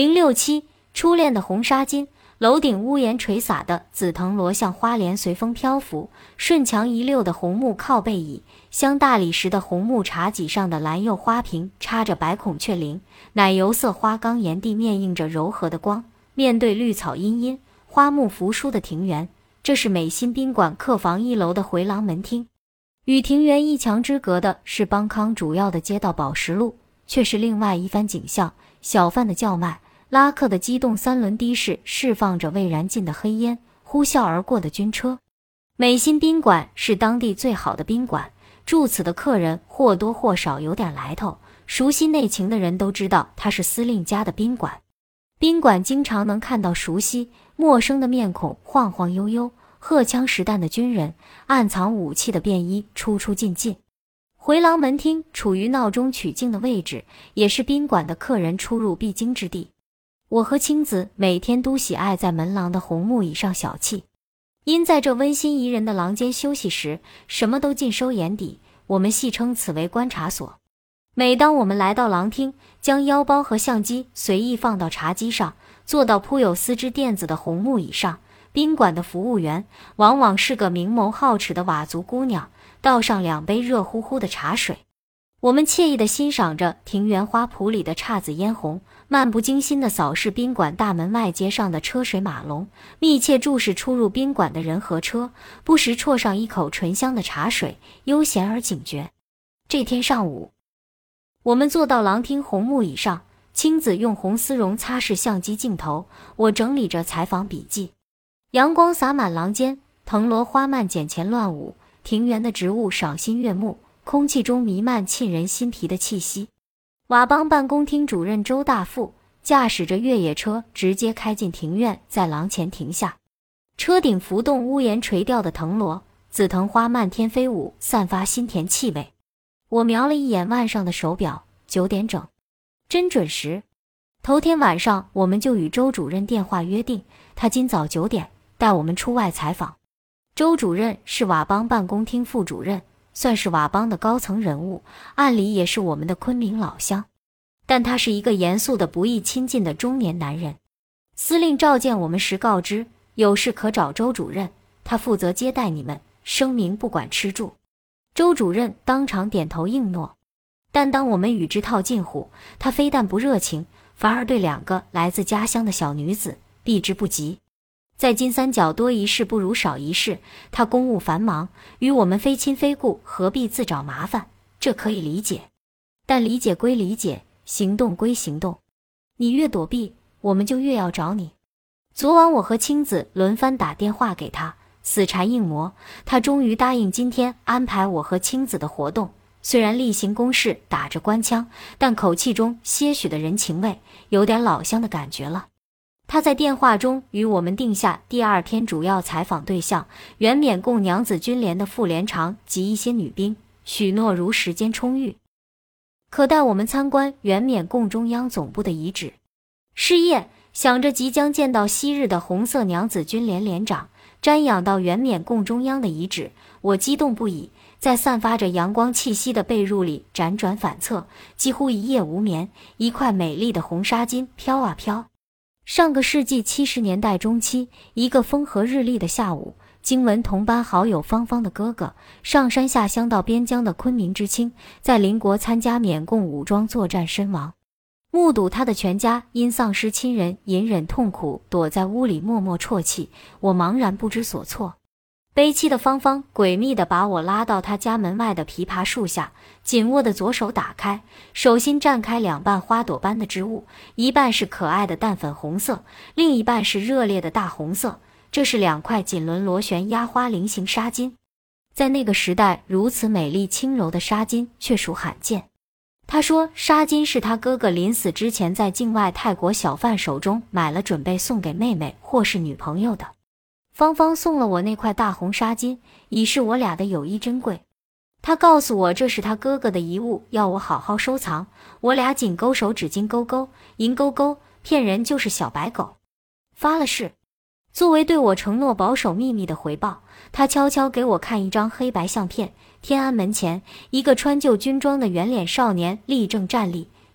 067初恋的红纱巾，楼顶屋檐垂洒的紫藤罗像花帘随风漂浮，顺墙一溜的红木靠背椅，镶大理石的红木茶几上的蓝釉花瓶插着白孔雀翎，奶油色花岗岩地面映着柔和的光，面对绿草茵茵、花木扶疏的庭园，这是美心宾馆客房1楼的回廊门厅。与庭园一墙之隔的是邦康主要的街道宝石路，却是另外一番景象，小贩的叫卖，拉客的机动3轮的士释放着未燃尽的黑烟，呼啸而过的军车。美心宾馆是当地最好的宾馆，住此的客人或多或少有点来头，熟悉内情的人都知道它是司令家的宾馆。宾馆经常能看到熟悉陌生的面孔晃晃悠悠，荷枪实弹的军人，暗藏武器的便衣出出进进。回廊门厅处于闹中取静的位置，也是宾馆的客人出入必经之地。我和青子每天都喜爱在门廊的红木椅上小憩，因在这温馨宜人的廊间休息时，什么都尽收眼底，我们戏称此为观察所。每当我们来到廊厅，将腰包和相机随意放到茶几上，坐到铺有丝织垫子的红木椅上，宾馆的服务员往往是个明眸皓齿的佤族姑娘，倒上2杯热乎乎的茶水。我们惬意地欣赏着庭园花圃里的姹紫嫣红，漫不经心地扫视宾馆大门外街上的车水马龙，密切注视出入宾馆的人和车，不时啜上一口醇香的茶水，悠闲而警觉。这天上午，我们坐到廊厅红木椅上，青子用红丝绒擦拭相机镜头，我整理着采访笔记。阳光洒满廊间，藤萝花蔓剪前乱舞，庭园的植物赏心悦目，空气中弥漫沁人心脾的气息。佤邦办公厅主任周大富驾驶着越野车直接开进庭院，在廊前停下。车顶浮动屋檐垂钓的藤萝，紫藤花漫天飞舞，散发心田气味。我瞄了一眼腕上的手表，9点整，真准时。头天晚上我们就与周主任电话约定，他今早9点带我们出外采访。周主任是佤邦办公厅副主任，算是佤邦的高层人物，按理也是我们的昆明老乡，但他是一个严肃的不易亲近的中年男人。司令召见我们时告知，有事可找周主任，他负责接待你们，声明不管吃住。周主任当场点头应诺，但当我们与之套近乎，他非但不热情，反而对2个来自家乡的小女子避之不及。在金三角多一事不如少一事，他公务繁忙，与我们非亲非故，何必自找麻烦？这可以理解，但理解归理解，行动归行动，你越躲避，我们就越要找你。昨晚我和青子轮番打电话给他，死缠硬磨，他终于答应今天安排我和青子的活动。虽然例行公事打着官腔，但口气中些许的人情味，有点老乡的感觉了。他在电话中与我们定下第2天主要采访对象，原缅共娘子军连的副连长及一些女兵，许诺如时间充裕，可带我们参观原缅共中央总部的遗址。是夜，想着即将见到昔日的红色娘子军连连长，瞻仰到原缅共中央的遗址，我激动不已，在散发着阳光气息的被褥里辗转反侧，几乎一夜无眠，一块美丽的红纱巾飘啊飘。上个世纪70年代中期，一个风和日丽的下午，经闻同班好友芳芳的哥哥，上山下乡到边疆的昆明知青，在邻国参加缅共武装作战身亡。目睹他的全家因丧失亲人隐忍痛苦，躲在屋里默默啜泣，我茫然不知所措。悲戚的芳芳诡秘地把我拉到他家门外的枇杷树下，紧握的左手打开，手心绽开2瓣花朵般的织物，一半是可爱的淡粉红色，另一半是热烈的大红色。这是2块锦纶螺旋压花菱形纱巾，在那个时代，如此美丽轻柔的纱巾却属罕见。他说纱巾是他哥哥临死之前在境外泰国小贩手中买了，准备送给妹妹或是女朋友的。芳芳送了我那块大红纱巾，以示我俩的友谊珍贵。他告诉我这是他哥哥的遗物，要我好好收藏。我俩紧勾手指金勾勾银勾勾，骗人就是小白狗。发了誓。作为对我承诺保守秘密的回报，他悄悄给我看一张黑白相片。天安门前，一个穿旧军装的圆脸少年立正站立，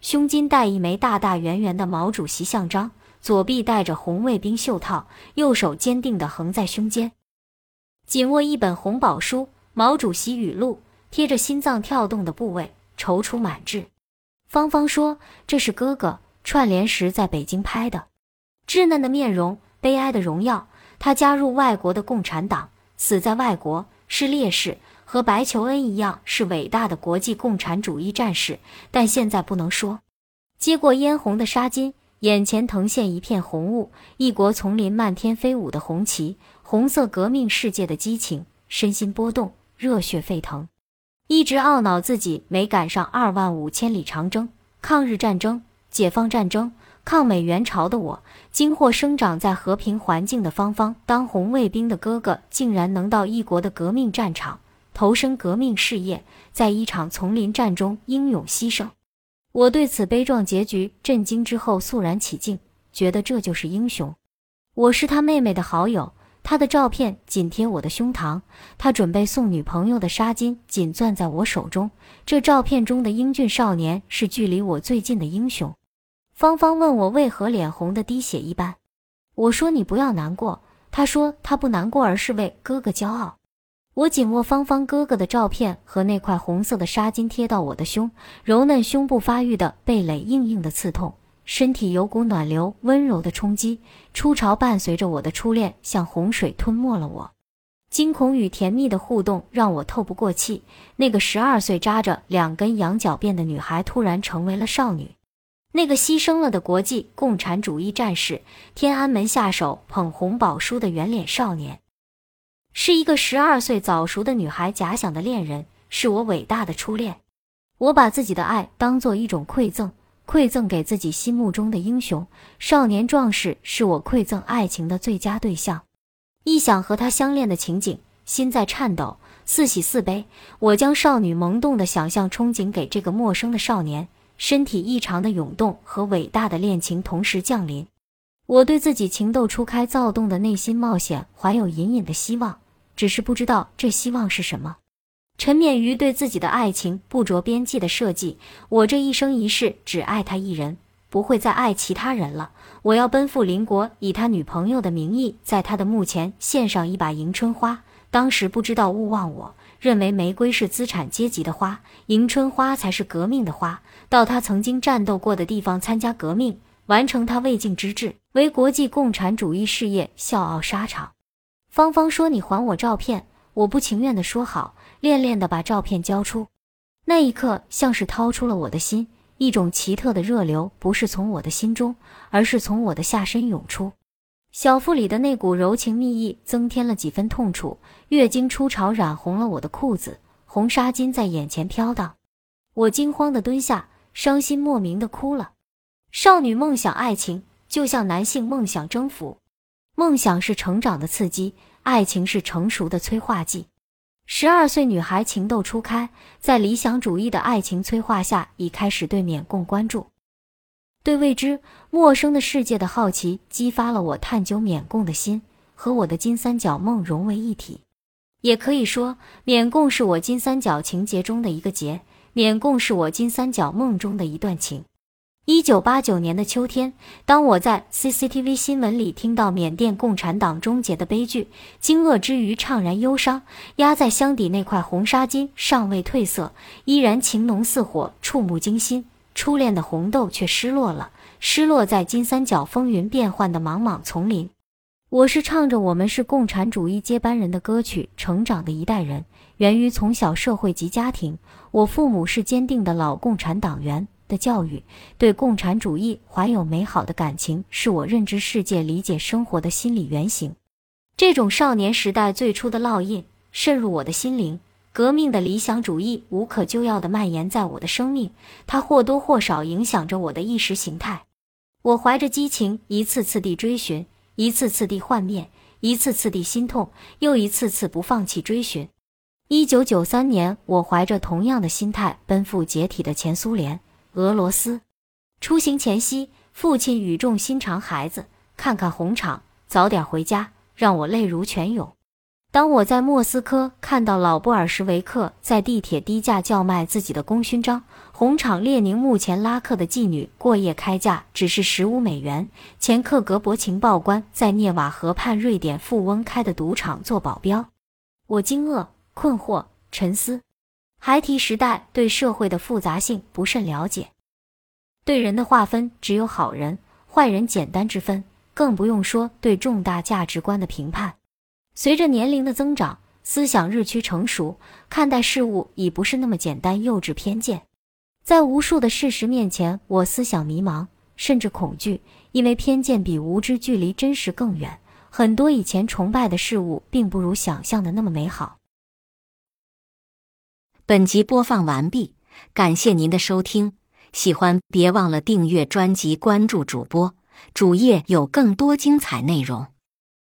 胸襟戴一枚大大圆圆的毛主席像章，左臂戴着红卫兵袖套，右手坚定地横在胸间，紧握一本红宝书，毛主席语录贴着心脏跳动的部位，踌躇满志。芳芳说，这是哥哥串联时在北京拍的。稚嫩的面容，悲哀的荣耀，他加入外国的共产党，死在外国，是烈士，和白求恩一样是伟大的国际共产主义战士，但现在不能说。接过嫣红的纱巾，眼前腾现一片红雾，异国丛林漫天飞舞的红旗，红色革命世界的激情，身心波动，热血沸腾。一直懊恼自己没赶上25000里长征，抗日战争、解放战争、抗美援朝的我，惊获生长在和平环境的芳芳当红卫兵的哥哥，竟然能到异国的革命战场，投身革命事业，在一场丛林战中英勇牺牲。我对此悲壮结局震惊之后肃然起敬，觉得这就是英雄。我是他妹妹的好友，他的照片紧贴我的胸膛，他准备送女朋友的纱巾紧攥在我手中，这照片中的英俊少年是距离我最近的英雄。芳芳问我为何脸红得滴血一般，我说你不要难过，他说他不难过，而是为哥哥骄傲。我紧握芳芳哥哥的照片和那块红色的纱巾贴到我的胸，柔嫩胸部发育的蓓蕾硬硬的刺痛，身体有股暖流温柔的冲击，初潮伴随着我的初恋像洪水吞没了我。惊恐与甜蜜的互动让我透不过气，那个12岁扎着2根羊角辫的女孩突然成为了少女。那个牺牲了的国际共产主义战士，天安门下手捧红宝书的圆脸少年，是一个12岁早熟的女孩假想的恋人，是我伟大的初恋。我把自己的爱当作一种馈赠，馈赠给自己心目中的英雄。少年壮士是我馈赠爱情的最佳对象。一想和他相恋的情景，心在颤抖，似喜似悲。我将少女萌动的想象憧憬给这个陌生的少年，身体异常的涌动和伟大的恋情同时降临。我对自己情窦初开躁动的内心冒险怀有隐隐的希望，只是不知道这希望是什么。沉湎于对自己的爱情不着边际的设计，我这一生一世只爱他一人，不会再爱其他人了。我要奔赴邻国，以他女朋友的名义，在他的墓前献上一把迎春花。当时不知道勿忘我，认为玫瑰是资产阶级的花，迎春花才是革命的花。到他曾经战斗过的地方参加革命，完成他未竟之志，为国际共产主义事业笑傲沙场。芳芳说，你还我照片。我不情愿地说好，恋恋地把照片交出。那一刻像是掏出了我的心，一种奇特的热流不是从我的心中，而是从我的下身涌出。小腹里的那股柔情蜜意增添了几分痛楚，月经初潮染红了我的裤子，红纱巾在眼前飘荡。我惊慌地蹲下，伤心莫名地哭了。少女梦想爱情，就像男性梦想征服。梦想是成长的刺激，爱情是成熟的催化剂。12岁女孩情窦初开，在理想主义的爱情催化下，已开始对缅共关注。对未知、陌生的世界的好奇，激发了我探究缅共的心，和我的金三角梦融为一体。也可以说，缅共是我金三角情节中的一个结，缅共是我金三角梦中的一段情。1989年的秋天，当我在 CCTV 新闻里听到缅甸共产党终结的悲剧，惊愕之余怅然忧伤。压在箱底那块红纱巾尚未褪色，依然情浓似火，触目惊心。初恋的红豆却失落了，失落在金三角风云变幻的茫茫丛林。我是唱着我们是共产主义接班人的歌曲成长的一代人，源于从小社会及家庭，我父母是坚定的老共产党员的教育，对共产主义怀有美好的感情，是我认知世界、理解生活的心理原型。这种少年时代最初的烙印渗入我的心灵，革命的理想主义无可救药地蔓延在我的生命，它或多或少影响着我的意识形态。我怀着激情，一次次地追寻，一次次地幻灭，一次次地心痛，又一次次不放弃追寻。1993年，我怀着同样的心态奔赴解体的前苏联俄罗斯。出行前夕，父亲语重心长：孩子，看看红场，早点回家，让我泪如泉涌。 当我在莫斯科看到老布尔什维克在地铁低价叫卖自己的功勋章，红场列宁墓前拉客的妓女过夜开价只是$15，前克格勃情报官在涅瓦河畔瑞典富翁开的赌场做保镖，我惊愕、困惑、沉思。孩提时代对社会的复杂性不甚了解，对人的划分只有好人、坏人简单之分，更不用说对重大价值观的评判。随着年龄的增长，思想日趋成熟，看待事物已不是那么简单幼稚偏见。在无数的事实面前，我思想迷茫，甚至恐惧，因为偏见比无知距离真实更远。很多以前崇拜的事物，并不如想象的那么美好。 本集播放完毕，感谢您的收听。喜欢别忘了订阅专辑，关注主播，主页有更多精彩内容。